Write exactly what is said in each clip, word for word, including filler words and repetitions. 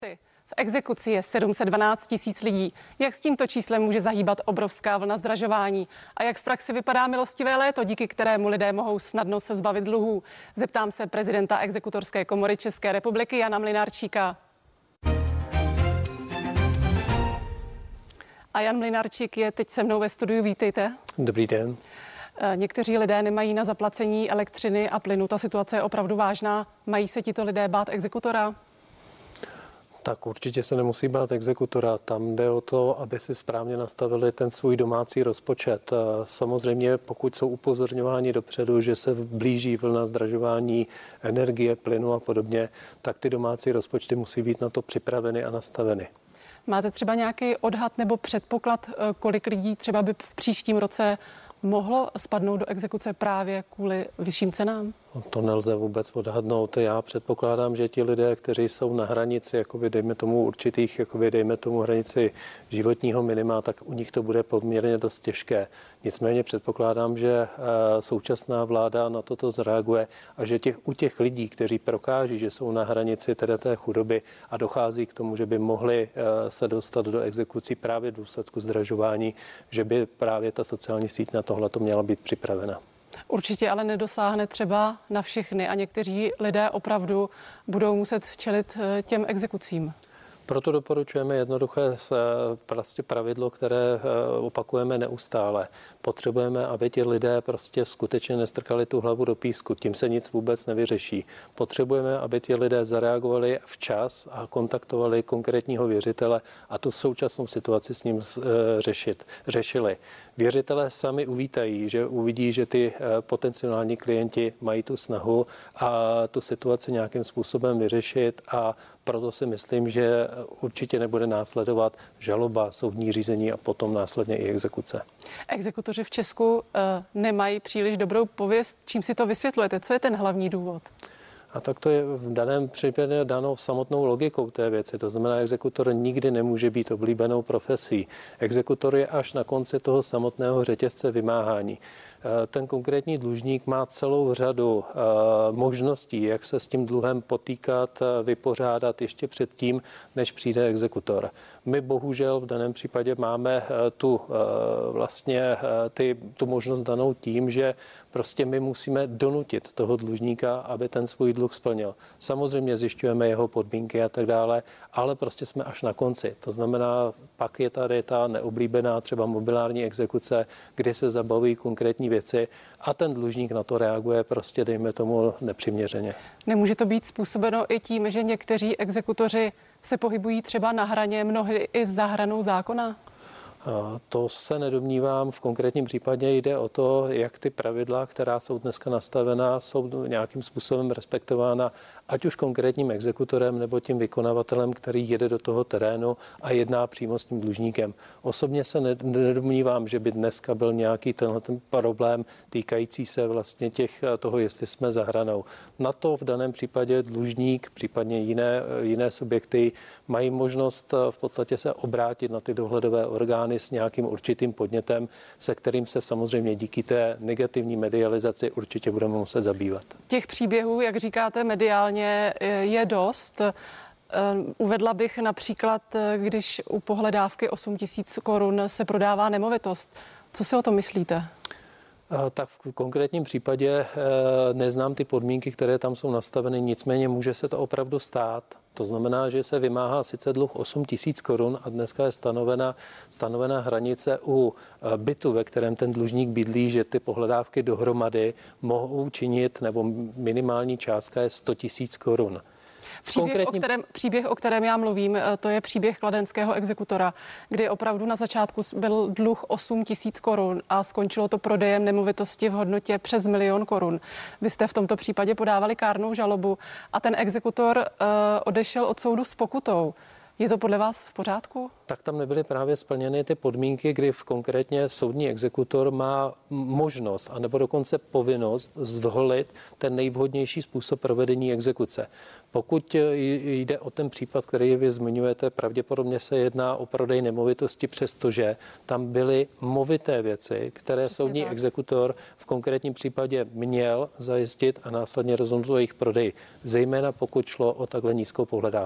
V exekuci je sedm set dvanáct tisíc lidí. Jak s tímto číslem může zahýbat obrovská vlna zdražování? A jak v praxi vypadá milostivé léto, díky kterému lidé mohou snadno se zbavit dluhů? Zeptám se prezidenta Exekutorské komory České republiky Jana Mlynarčíka. A Jan Mlynarčík je teď se mnou ve studiu. Vítejte. Dobrý den. Někteří lidé nemají na zaplacení elektřiny a plynu. Ta situace je opravdu vážná. Mají se tito lidé bát exekutora? Tak určitě se nemusí bát exekutora. Tam jde o to, aby si správně nastavili ten svůj domácí rozpočet. Samozřejmě, pokud jsou upozorňováni dopředu, že se blíží vlna zdražování energie, plynu a podobně, tak ty domácí rozpočty musí být na to připraveny a nastaveny. Máte třeba nějaký odhad nebo předpoklad, kolik lidí třeba by v příštím roce mohlo spadnout do exekuce právě kvůli vyšším cenám? To nelze vůbec odhadnout. Já předpokládám, že ti lidé, kteří jsou na hranici, jakoby dejme tomu určitých, jakoby dejme tomu hranici životního minima, tak u nich to bude poměrně dost těžké. Nicméně předpokládám, že současná vláda na toto zareaguje a že těch, u těch lidí, kteří prokáží, že jsou na hranici tedy té chudoby a dochází k tomu, že by mohli se dostat do exekucí právě v důsledku zdražování, že by právě ta sociální síť na tohle to měla být připravena. Určitě ale nedosáhne třeba na všechny a někteří lidé opravdu budou muset čelit těm exekucím. Proto doporučujeme jednoduché prostě pravidlo, které opakujeme neustále. Potřebujeme, aby ti lidé prostě skutečně nestrkali tu hlavu do písku. Tím se nic vůbec nevyřeší. Potřebujeme, aby ti lidé zareagovali včas a kontaktovali konkrétního věřitele a tu současnou situaci s ním řešit, řešili. Věřitelé sami uvítají, že uvidí, že ty potenciální klienti mají tu snahu a tu situaci nějakým způsobem vyřešit, a proto si myslím, že určitě nebude následovat žaloba, soudní řízení a potom následně i exekuce. Exekutoři v Česku uh, nemají příliš dobrou pověst. Čím si to vysvětlujete? Co je ten hlavní důvod? A tak to je v daném případě dáno samotnou logikou té věci. To znamená, exekutor nikdy nemůže být oblíbenou profesí. Exekutor je až na konci toho samotného řetězce vymáhání. Ten konkrétní dlužník má celou řadu možností, jak se s tím dluhem potýkat, vypořádat ještě předtím, než přijde exekutor. My bohužel v daném případě máme tu vlastně ty, tu možnost danou tím, že prostě my musíme donutit toho dlužníka, aby ten svůj dluh splnil. Samozřejmě zjišťujeme jeho podmínky a tak dále, ale prostě jsme až na konci. To znamená, pak je tady ta neoblíbená třeba mobilární exekuce, kde se zabaví konkrétní věci a ten dlužník na to reaguje prostě, dejme tomu, nepřiměřeně. Nemůže to být způsobeno i tím, že někteří exekutoři se pohybují třeba na hraně, mnohdy i za hranou zákona? To se nedomnívám. V konkrétním případě jde o to, jak ty pravidla, která jsou dneska nastavená, jsou nějakým způsobem respektována, ať už konkrétním exekutorem nebo tím vykonavatelem, který jede do toho terénu a jedná přímo s tím dlužníkem. Osobně se nedomnívám, že by dneska byl nějaký tenhle ten problém týkající se vlastně těch, toho, jestli jsme za hranou. Na to v daném případě dlužník, případně jiné, jiné subjekty mají možnost v podstatě se obrátit na ty dohledové orgány s nějakým určitým podnětem, se kterým se samozřejmě díky té negativní medializaci určitě budeme muset zabývat. Těch příběhů, jak říkáte, mediálně je dost. Uvedla bych například, když u pohledávky osm tisíc korun se prodává nemovitost. Co si o tom myslíte? Tak v konkrétním případě neznám ty podmínky, které tam jsou nastaveny, nicméně může se to opravdu stát. To znamená, že se vymáhá sice dluh osm tisíc korun a dneska je stanovena, stanovena hranice u bytu, ve kterém ten dlužník bydlí, že ty pohledávky dohromady mohou činit, nebo minimální částka je sto tisíc korun. Příběh, konkrétním... o kterém, příběh, o kterém já mluvím, to je příběh kladenského exekutora, kdy opravdu na začátku byl dluh osm tisíc korun a skončilo to prodejem nemovitosti v hodnotě přes milion korun. Vy jste v tomto případě podávali kárnou žalobu a ten exekutor uh, odešel od soudu s pokutou. Je to podle vás v pořádku? Tak tam nebyly právě splněny ty podmínky, kdy v konkrétně soudní exekutor má možnost anebo dokonce povinnost zvolit ten nejvhodnější způsob provedení exekuce. Pokud jde o ten případ, který vy zmiňujete, pravděpodobně se jedná o prodej nemovitosti, přestože tam byly movité věci, které Přesně soudní tak. exekutor v konkrétním případě měl zajistit a následně rozhodnout o jejich prodeji, zejména pokud šlo o takhle nízkou pohledávku.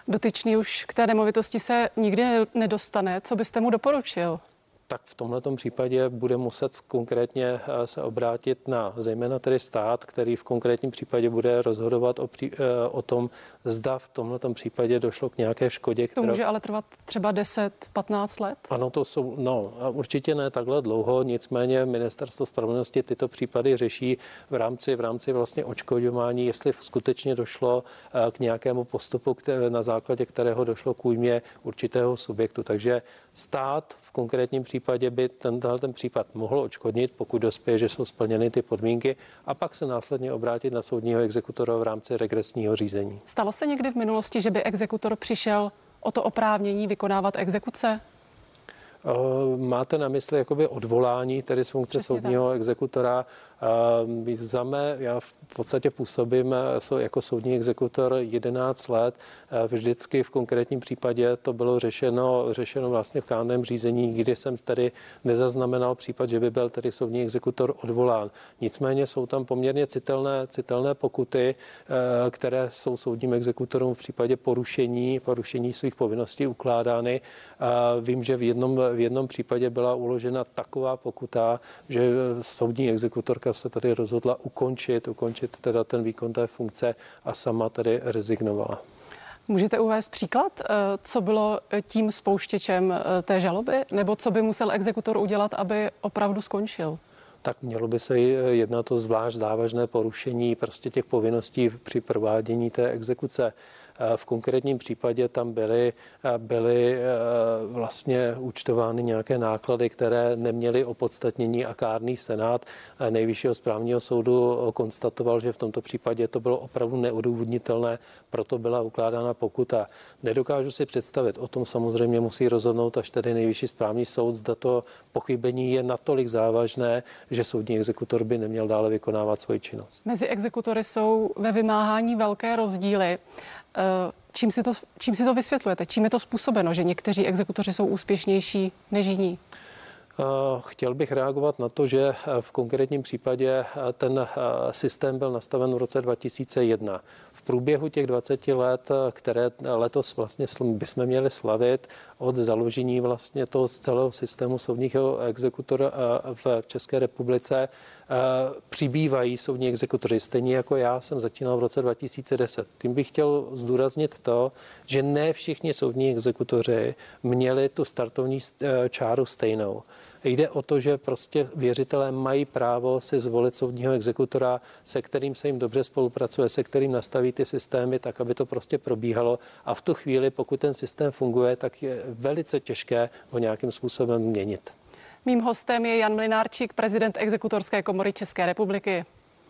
Dotyčný už k té nemovitosti se nikdy nedostane. Co byste mu doporučil? Tak v tomhletom případě bude muset konkrétně se obrátit na zejména tedy stát, který v konkrétním případě bude rozhodovat o, pří, o tom, zda v tomhletom případě došlo k nějaké škodě. To může která... ale trvat třeba deset patnáct let? Ano, to jsou, no určitě ne takhle dlouho, nicméně Ministerstvo spravedlnosti tyto případy řeší v rámci, v rámci vlastně odškodňování, jestli skutečně došlo k nějakému postupu, které, na základě kterého došlo k újmě určitého subjektu. Takže stát v konkrétním případě by tenhle ten případ mohl odškodnit, pokud dospěje, že jsou splněny ty podmínky, a pak se následně obrátit na soudního exekutora v rámci regresního řízení. Stalo se někdy v minulosti, že by exekutor přišel o to oprávnění vykonávat exekuce? Máte na mysli jakoby odvolání, tedy z funkce Přesně soudního tak. exekutora. Za mé, já v podstatě působím jako soudní exekutor jedenáct let. Vždycky v konkrétním případě to bylo řešeno, řešeno vlastně v kárném řízení, kdy jsem tedy nezaznamenal případ, že by byl tedy soudní exekutor odvolán. Nicméně jsou tam poměrně citelné, citelné pokuty, které jsou soudním exekutorům v případě porušení, porušení svých povinností ukládány. Vím, že v jednom, v jednom případě byla uložena taková pokuta, že soudní exekutorka se tady rozhodla ukončit, ukončit teda ten výkon té funkce a sama tedy rezignovala. Můžete uvést příklad, co bylo tím spouštěčem té žaloby, nebo co by musel exekutor udělat, aby opravdu skončil? Tak mělo by se jednat o zvlášť závažné porušení prostě těch povinností při provádění té exekuce. V konkrétním případě tam byly, byly vlastně účtovány nějaké náklady, které neměly opodstatnění, a kárný senát Nejvyššího správního soudu konstatoval, že v tomto případě to bylo opravdu neodůvodnitelné, proto byla ukládána pokuta. Nedokážu si představit, o tom samozřejmě musí rozhodnout až tedy Nejvyšší správní soud, zda to pochybení je natolik závažné, že soudní exekutor by neměl dále vykonávat svoji činnost. Mezi exekutory jsou ve vymáhání velké rozdíly. Čím si to, čím si to vysvětlujete? Čím je to způsobeno, že někteří exekutoři jsou úspěšnější než jiní? Chtěl bych reagovat na to, že v konkrétním případě ten systém byl nastaven v roce dva tisíce jedna. V průběhu těch dvaceti let, které letos vlastně bychom měli slavit od založení vlastně toho celého systému soudního exekutora v České republice, přibývají soudní exekutoři. Stejně jako já jsem začínal v roce dva tisíce deset. Tím bych chtěl zdůraznit to, že ne všichni soudní exekutoři měli tu startovní čáru stejnou. Jde o to, že prostě věřitelé mají právo si zvolit soudního exekutora, se kterým se jim dobře spolupracuje, se kterým nastaví ty systémy tak, aby to prostě probíhalo. A v tu chvíli, pokud ten systém funguje, tak je velice těžké ho nějakým způsobem měnit. Mým hostem je Jan Mlynárčík, prezident Exekutorské komory České republiky.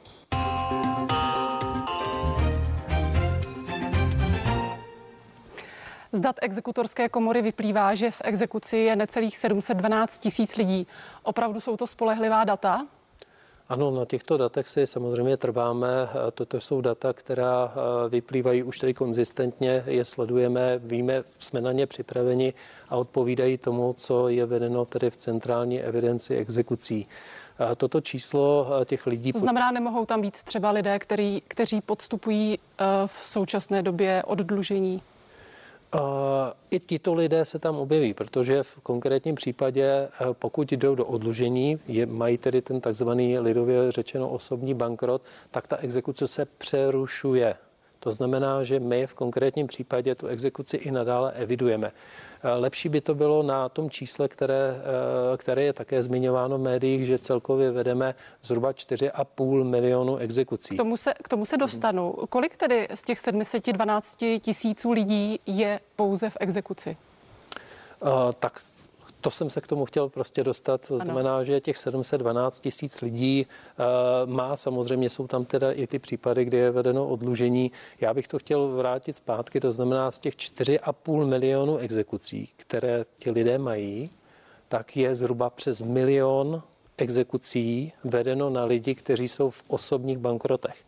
Z dat Exekutorské komory vyplývá, že v exekuci je necelých sedm set dvanáct tisíc lidí. Opravdu jsou to spolehlivá data? Ano, na těchto datech si samozřejmě trváme. Toto jsou data, která vyplývají už tedy konzistentně, je sledujeme, víme, jsme na ně připraveni a odpovídají tomu, co je vedeno tedy v centrální evidenci exekucí. Toto číslo těch lidí... To znamená, nemohou tam být třeba lidé, který, kteří podstupují v současné době oddlužení? I tito lidé se tam objeví, protože v konkrétním případě, pokud jdou do odlužení, je, mají tedy ten takzvaný lidově řečeno osobní bankrot, tak ta exekuce se přerušuje. To znamená, že my v konkrétním případě tu exekuci i nadále evidujeme. Lepší by to bylo na tom čísle, které, které je také zmiňováno v médiích, že celkově vedeme zhruba čtyři a půl milionu exekucí. K tomu se, k tomu se dostanu. Kolik tedy z těch sedm set dvanáct tisíců lidí je pouze v exekuci? Uh, tak to jsem se k tomu chtěl prostě dostat. To znamená, ano. že těch sedm set dvanáct tisíc lidí uh, má, samozřejmě jsou tam teda i ty případy, kde je vedeno odlužení. Já bych to chtěl vrátit zpátky, to znamená z těch čtyři a půl milionu exekucí, které ti lidé mají, tak je zhruba přes milion exekucí vedeno na lidi, kteří jsou v osobních bankrotech.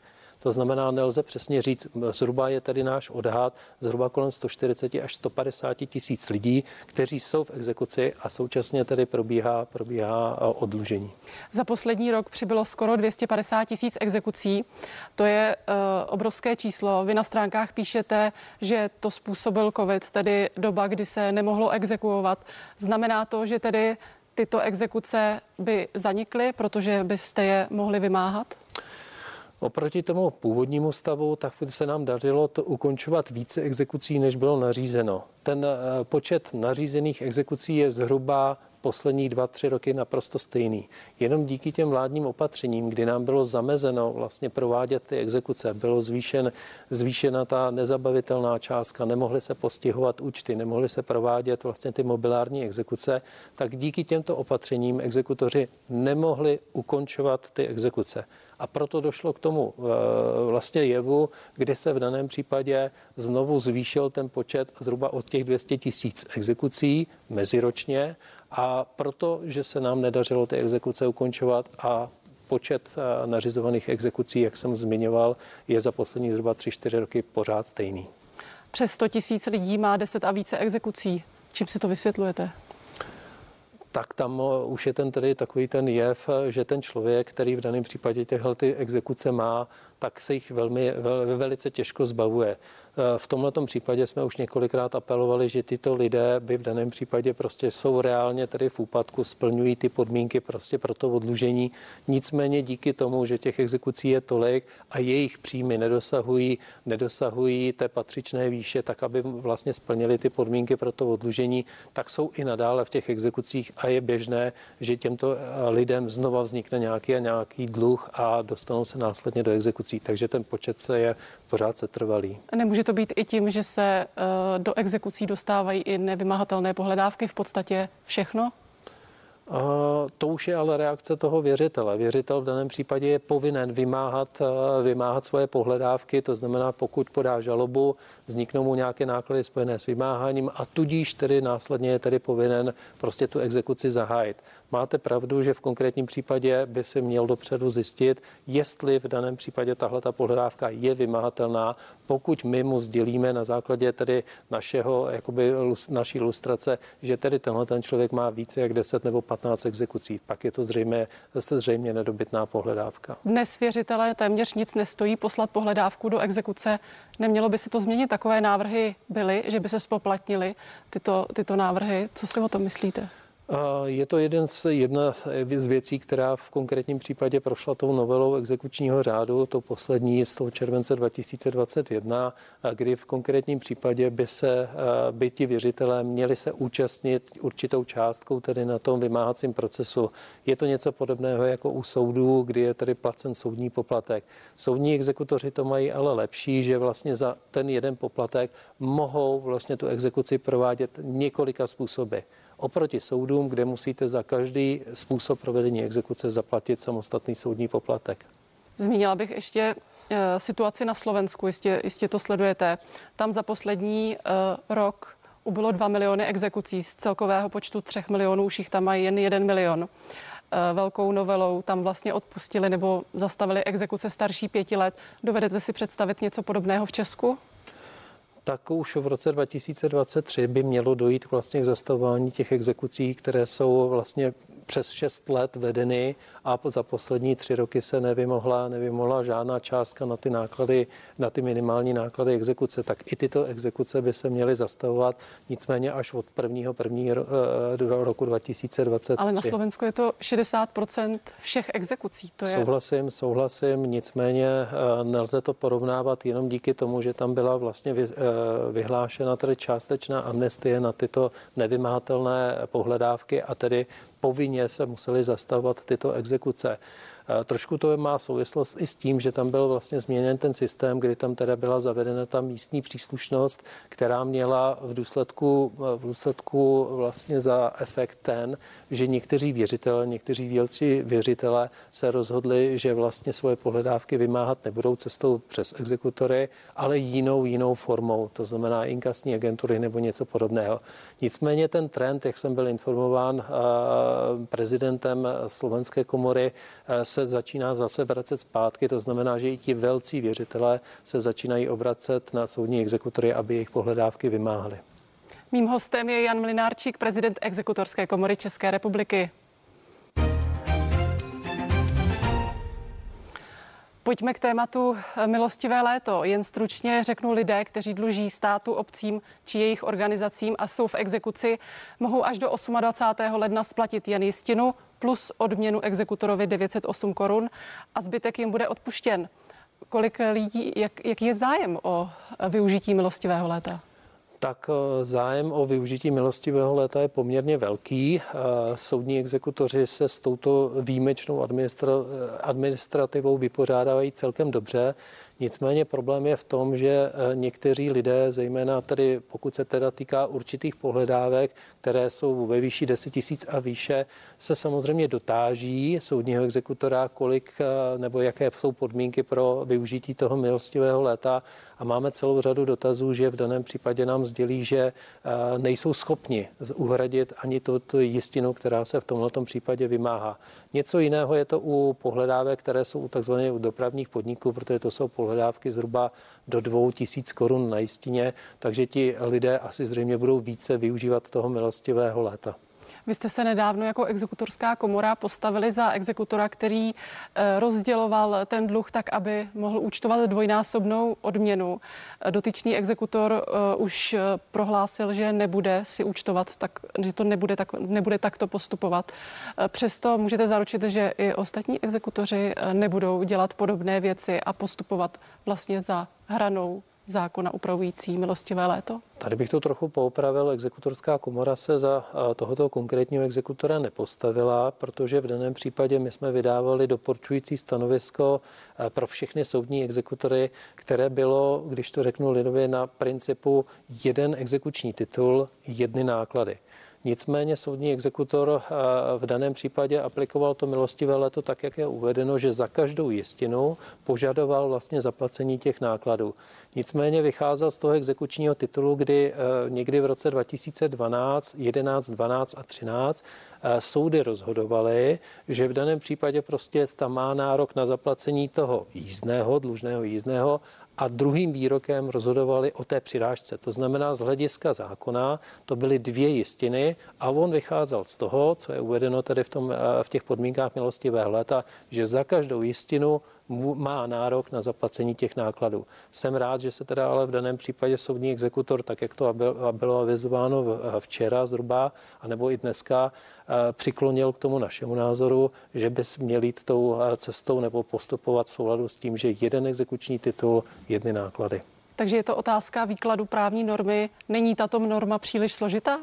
To znamená, nelze přesně říct, zhruba je tedy náš odhad, zhruba kolem sto čtyřicet až sto padesát tisíc lidí, kteří jsou v exekuci a současně tedy probíhá, probíhá oddlužení. Za poslední rok přibylo skoro dvě stě padesát tisíc exekucí. To je uh, obrovské číslo. Vy na stránkách píšete, že to způsobil covid, tedy doba, kdy se nemohlo exekuovat. Znamená to, že tedy tyto exekuce by zanikly, protože byste je mohli vymáhat? Oproti tomu původnímu stavu, tak se nám dařilo to ukončovat více exekucí, než bylo nařízeno. Ten počet nařízených exekucí je zhruba poslední dva, tři roky naprosto stejný. Jenom díky těm vládním opatřením, kdy nám bylo zamezeno vlastně provádět ty exekuce, bylo zvýšen, zvýšena ta nezabavitelná částka, nemohly se postihovat účty, nemohly se provádět vlastně ty mobilární exekuce, tak díky těmto opatřením exekutoři nemohli ukončovat ty exekuce. A proto došlo k tomu vlastně jevu, kdy se v daném případě znovu zvýšil ten počet zhruba od těch dvě stě tisíc exekucí meziročně a proto, že se nám nedařilo ty exekuce ukončovat a počet nařizovaných exekucí, jak jsem zmiňoval, je za poslední zhruba tři čtyři roky pořád stejný. Přes sto tisíc lidí má deset a více exekucí. Čím si to vysvětlujete? Tak tam už je ten tedy takový ten jev, že ten člověk, který v daném případě těchto ty exekuce má, tak se jich velmi, vel, velice těžko zbavuje. V tomhletom případě jsme už několikrát apelovali, že tyto lidé by v daném případě prostě jsou reálně tedy v úpadku, splňují ty podmínky prostě pro to oddlužení. Nicméně díky tomu, že těch exekucí je tolik a jejich příjmy nedosahují, nedosahují té patřičné výše, tak aby vlastně splnili ty podmínky pro to oddlužení, tak jsou i nadále v těch exekucích a je běžné, že těmto lidem znova vznikne nějaký a nějaký dluh a dostanou se následně do exekucí. Takže ten počet se je pořád setrvalý. Nemůže to být i tím, že se do exekucí dostávají i nevymahatelné pohledávky, v podstatě všechno? To už je ale reakce toho věřitele. Věřitel v daném případě je povinen vymáhat, vymáhat svoje pohledávky, to znamená, pokud podá žalobu, vzniknou mu nějaké náklady spojené s vymáháním a tudíž tedy následně je tedy povinen prostě tu exekuci zahájit. Máte pravdu, že v konkrétním případě by si měl dopředu zjistit, jestli v daném případě tahle ta pohledávka je vymahatelná, pokud my mu sdělíme na základě tedy našeho, jakoby naší ilustrace, že tedy tenhle ten člověk má více jak deset nebo patnáct exekucí, pak je to zřejmě, zase zřejmě nedobytná pohledávka. Dnes věřitelé téměř nic nestojí poslat pohledávku do exekuce. Nemělo by se to změnit? Takové návrhy byly, že by se spoplatnily tyto, tyto návrhy. Co si o tom myslíte? Je to jeden z, jedna z věcí, která v konkrétním případě prošla tou novelou exekučního řádu, to poslední z toho července dva tisíce dvacet jedna, kdy v konkrétním případě by se by ti věřitelé měli se účastnit určitou částkou tedy na tom vymáhacím procesu. Je to něco podobného jako u soudů, kdy je tedy placen soudní poplatek. Soudní exekutoři to mají ale lepší, že vlastně za ten jeden poplatek mohou vlastně tu exekuci provádět několika způsoby. Oproti soudům, kde musíte za každý způsob provedení exekuce zaplatit samostatný soudní poplatek. Zmínila bych ještě uh, situaci na Slovensku, jistě, jistě to sledujete. Tam za poslední uh, rok ubylo dva miliony exekucí z celkového počtu třech milionů, už jich tam mají jen jeden milion. Uh, velkou novelou tam vlastně odpustili nebo zastavili exekuce starší pěti let. Dovedete si představit něco podobného v Česku? Tak už v roce dva tisíce dvacet tři by mělo dojít vlastně k zastavování těch exekucí, které jsou vlastně přes šest let vedeny a za poslední tři roky se nevymohla, nevymohla žádná částka na ty náklady, na ty minimální náklady exekuce. Tak i tyto exekuce by se měly zastavovat, nicméně až od prvního prvního roku dva tisíce dvacet tři. Ale na Slovensku je to šedesát procent všech exekucí. To je... Souhlasím, souhlasím, nicméně nelze to porovnávat jenom díky tomu, že tam byla vlastně vyhlášena tedy částečná amnestie na tyto nevymahatelné pohledávky a tedy povinně se museli zastavovat tyto exekuce. Trošku to má souvislost i s tím, že tam byl vlastně změněn ten systém, kdy tam teda byla zavedena ta místní příslušnost, která měla v důsledku, v důsledku vlastně za efekt ten, že někteří věřitelé, někteří vělci věřitelé se rozhodli, že vlastně svoje pohledávky vymáhat nebudou cestou přes exekutory, ale jinou, jinou formou, to znamená inkasní agentury nebo něco podobného. Nicméně ten trend, jak jsem byl informován prezidentem Slovenské komory, se začíná zase vracet zpátky. To znamená, že i ti velcí věřitelé se začínají obracet na soudní exekutory, aby jejich pohledávky vymáhali. Mým hostem je Jan Mlynárčík, prezident Exekutorské komory České republiky. Pojďme k tématu milostivé léto. Jen stručně řeknu, lidé, kteří dluží státu, obcím či jejich organizacím a jsou v exekuci, mohou až do dvacátého osmého ledna splatit jen jistinu plus odměnu exekutorovi devět set osm korun a zbytek jim bude odpuštěn. Kolik lidí, jak, jaký je zájem o využití milostivého léta? Tak zájem o využití milostivého léta je poměrně velký. Soudní exekutoři se s touto výjimečnou administra- administrativou vypořádávají celkem dobře. Nicméně problém je v tom, že někteří lidé, zejména tedy pokud se teda týká určitých pohledávek, které jsou ve výši deset tisíc a výše, se samozřejmě dotáží soudního exekutora, kolik nebo jaké jsou podmínky pro využití toho milostivého léta. A máme celou řadu dotazů, že v daném případě nám sdělí, že nejsou schopni uhradit ani tu jistinu, která se v tomto případě vymáhá. Něco jiného je to u pohledávek, které jsou takzvaně u dopravních podniků, protože to jsou pohledávky zhruba do dvou tisíc korun na jistině, takže ti lidé asi zřejmě budou více využívat toho milostivého léta. Vy jste se nedávno jako exekutorská komora postavili za exekutora, který rozděloval ten dluh tak, aby mohl účtovat dvojnásobnou odměnu. Dotyčný exekutor už prohlásil, že nebude si účtovat, tak, že to nebude, tak, nebude takto postupovat. Přesto můžete zaručit, že i ostatní exekutoři nebudou dělat podobné věci a postupovat vlastně za hranou zákona upravující milostivé léto? Tady bych to trochu poopravil. Exekutorská komora se za tohoto konkrétního exekutora nepostavila, protože v daném případě my jsme vydávali doporučující stanovisko pro všechny soudní exekutory, které bylo, když to řeknu lidově, na principu jeden exekuční titul, jedny náklady. Nicméně soudní exekutor v daném případě aplikoval to milostivé léto tak, jak je uvedeno, že za každou jistinu požadoval vlastně zaplacení těch nákladů. Nicméně vycházel z toho exekučního titulu, kdy někdy v roce dva tisíce dvanáct, jedenáct, dvanáct a třináct soudy rozhodovaly, že v daném případě prostě tam má nárok na zaplacení toho jízdného, dlužného jízdného, a druhým výrokem rozhodovali o té přirážce. To znamená, z hlediska zákona to byly dvě jistiny a on vycházel z toho, co je uvedeno tedy v, tom, v těch podmínkách milostivého léta, že za každou jistinu má nárok na zaplacení těch nákladů. Jsem rád, že se teda ale v daném případě soudní exekutor, tak jak to bylo avizováno včera zhruba, anebo i dneska, přiklonil k tomu našemu názoru, že bys měl jít tou cestou nebo postupovat v souladu s tím, že jeden exekuční titul, jedny náklady. Takže je to otázka výkladu právní normy. Není tato norma příliš složitá?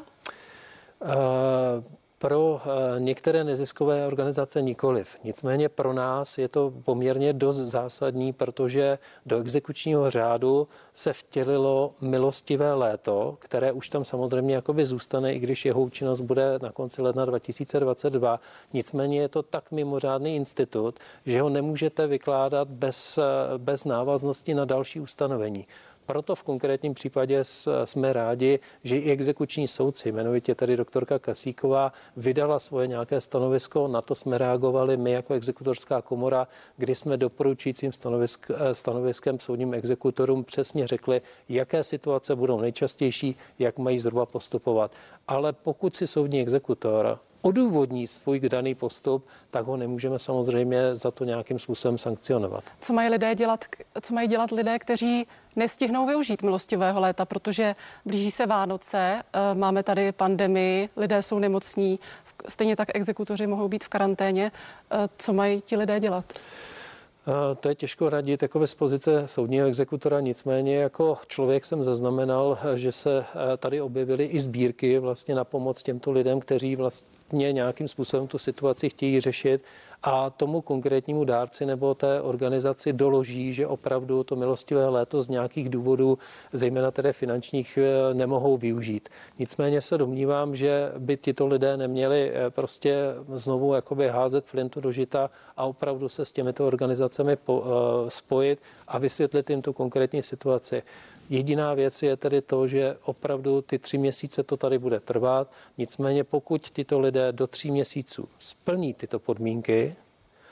Uh... Pro některé neziskové organizace nikoliv. Nicméně pro nás je to poměrně dost zásadní, protože do exekučního řádu se vtělilo milostivé léto, které už tam samozřejmě jakoby zůstane, i když jeho účinnost bude na konci ledna dva tisíce dvacet dva. Nicméně je to tak mimořádný institut, že ho nemůžete vykládat bez, bez návaznosti na další ustanovení. Proto v konkrétním případě jsme rádi, že i exekuční soudci, jmenovitě tady doktorka Kasíková, vydala svoje nějaké stanovisko. Na to jsme reagovali my jako exekutorská komora, kdy jsme doporučujícím stanovisk, stanoviskem soudním exekutorům přesně řekli, jaké situace budou nejčastější, jak mají zhruba postupovat. Ale pokud si soudní exekutor odůvodní svůj daný postup, tak ho nemůžeme samozřejmě za to nějakým způsobem sankcionovat. Co mají lidé dělat, co mají dělat lidé, kteří nestihnou využít milostivého léta, protože blíží se Vánoce, máme tady pandemii, lidé jsou nemocní, stejně tak exekutoři mohou být v karanténě. Co mají ti lidé dělat? To je těžko radit jako z pozice soudního exekutora, nicméně jako člověk jsem zaznamenal, že se tady objevily i sbírky vlastně na pomoc těmto lidem, kteří vlastně nějakým způsobem tu situaci chtějí řešit a tomu konkrétnímu dárci nebo té organizaci doloží, že opravdu to milostivé léto z nějakých důvodů, zejména tedy finančních, nemohou využít. Nicméně se domnívám, že by tito lidé neměli prostě znovu jakoby házet flintu do žita a opravdu se s těmito organizacemi spojit a vysvětlit jim tu konkrétní situaci. Jediná věc je tedy to, že opravdu ty tři měsíce to tady bude trvat. Nicméně pokud tyto lidé do tří měsíců splní tyto podmínky,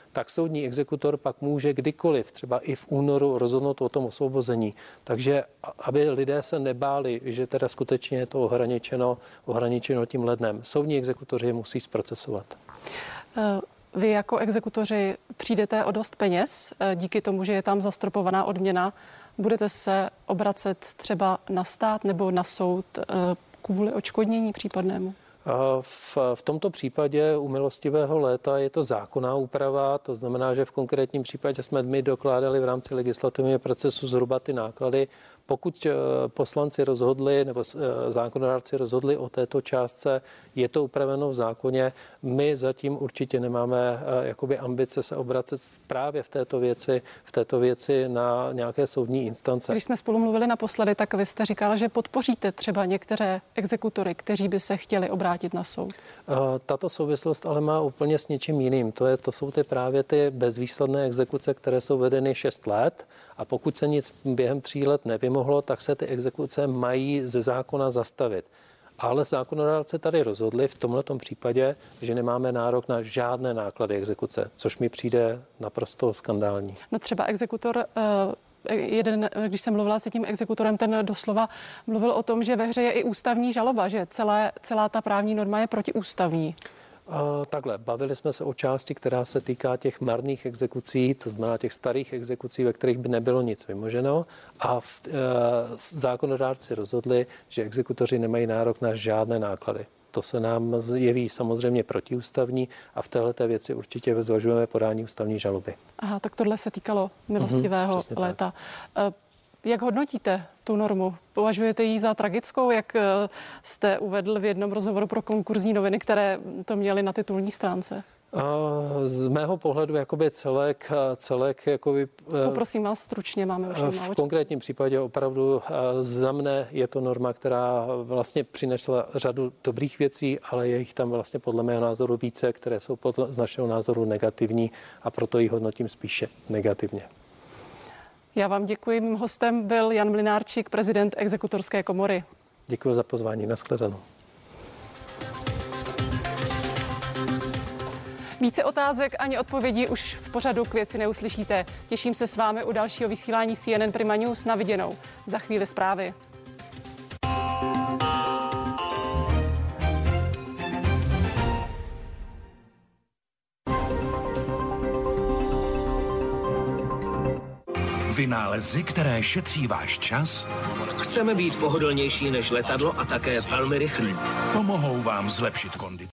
tak soudní exekutor pak může kdykoliv, třeba i v únoru, rozhodnout o tom osvobození. Takže aby lidé se nebáli, že teda skutečně je to ohraničeno, ohraničeno tím lednem. Soudní exekutoři je musí zprocesovat. Vy jako exekutoři přijdete o dost peněz díky tomu, že je tam zastropovaná odměna. Budete se obracet třeba na stát nebo na soud kvůli odškodnění případnému? V, v tomto případě u milostivého léta je to zákonná úprava, to znamená, že v konkrétním případě jsme my dokládali v rámci legislativního procesu zhruba ty náklady. Pokud poslanci rozhodli nebo zákonodárci rozhodli o této částce, je to upraveno v zákoně. My zatím určitě nemáme jakoby ambice se obracet právě v této věci, v této věci na nějaké soudní instance. Když jsme spolu mluvili naposledy, tak vy jste říkala, že podpoříte třeba některé exekutory, kteří by se chtěli obrátit na soud. Tato souvislost ale má úplně s něčím jiným. To, je, to jsou ty právě ty bezvýsledné exekuce, které jsou vedeny šest let a pokud se nic během tří let nevymohlo, tak se ty exekuce mají ze zákona zastavit. Ale zákonodárce tady rozhodli v tomhletom případě, že nemáme nárok na žádné náklady exekuce, což mi přijde naprosto skandální. No třeba exekutor, jeden, když jsem mluvila se tím exekutorem, ten doslova mluvil o tom, že ve hře je i ústavní žaloba, že celé, celá ta právní norma je protiústavní. Takhle, bavili jsme se o části, která se týká těch marných exekucí, to znamená těch starých exekucí, ve kterých by nebylo nic vymoženo a v, e, zákonodárci rozhodli, že exekutoři nemají nárok na žádné náklady. To se nám jeví samozřejmě protiústavní a v téhleté věci určitě zvažujeme podání ústavní žaloby. Aha, tak tohle se týkalo milostivého mm-hmm, léta. Tak. Jak hodnotíte tu normu? Považujete ji za tragickou, jak jste uvedl v jednom rozhovoru pro Konkurzní noviny, které to měly na titulní stránce? Z mého pohledu jakoby celek, celek jakoby, poprosím vás stručně, máme už málo času. V konkrétním případě opravdu za mne je to norma, která vlastně přinesla řadu dobrých věcí, ale je jich tam vlastně podle mého názoru více, které jsou podle, z našeho názoru negativní a proto ji hodnotím spíše negativně. Já vám děkuji. Mým hostem byl Jan Mlynárčík, prezident Exekutorské komory. Děkuji za pozvání. Nashledanou. Více otázek ani odpovědí už v pořadu K věci neuslyšíte. Těším se s vámi u dalšího vysílání C N N Prima News. Na viděnou. Za chvíli zprávy. Vynálezy, které šetří váš čas? Chceme být pohodlnější než letadlo a také velmi rychlí. Pomohou vám zlepšit kondici.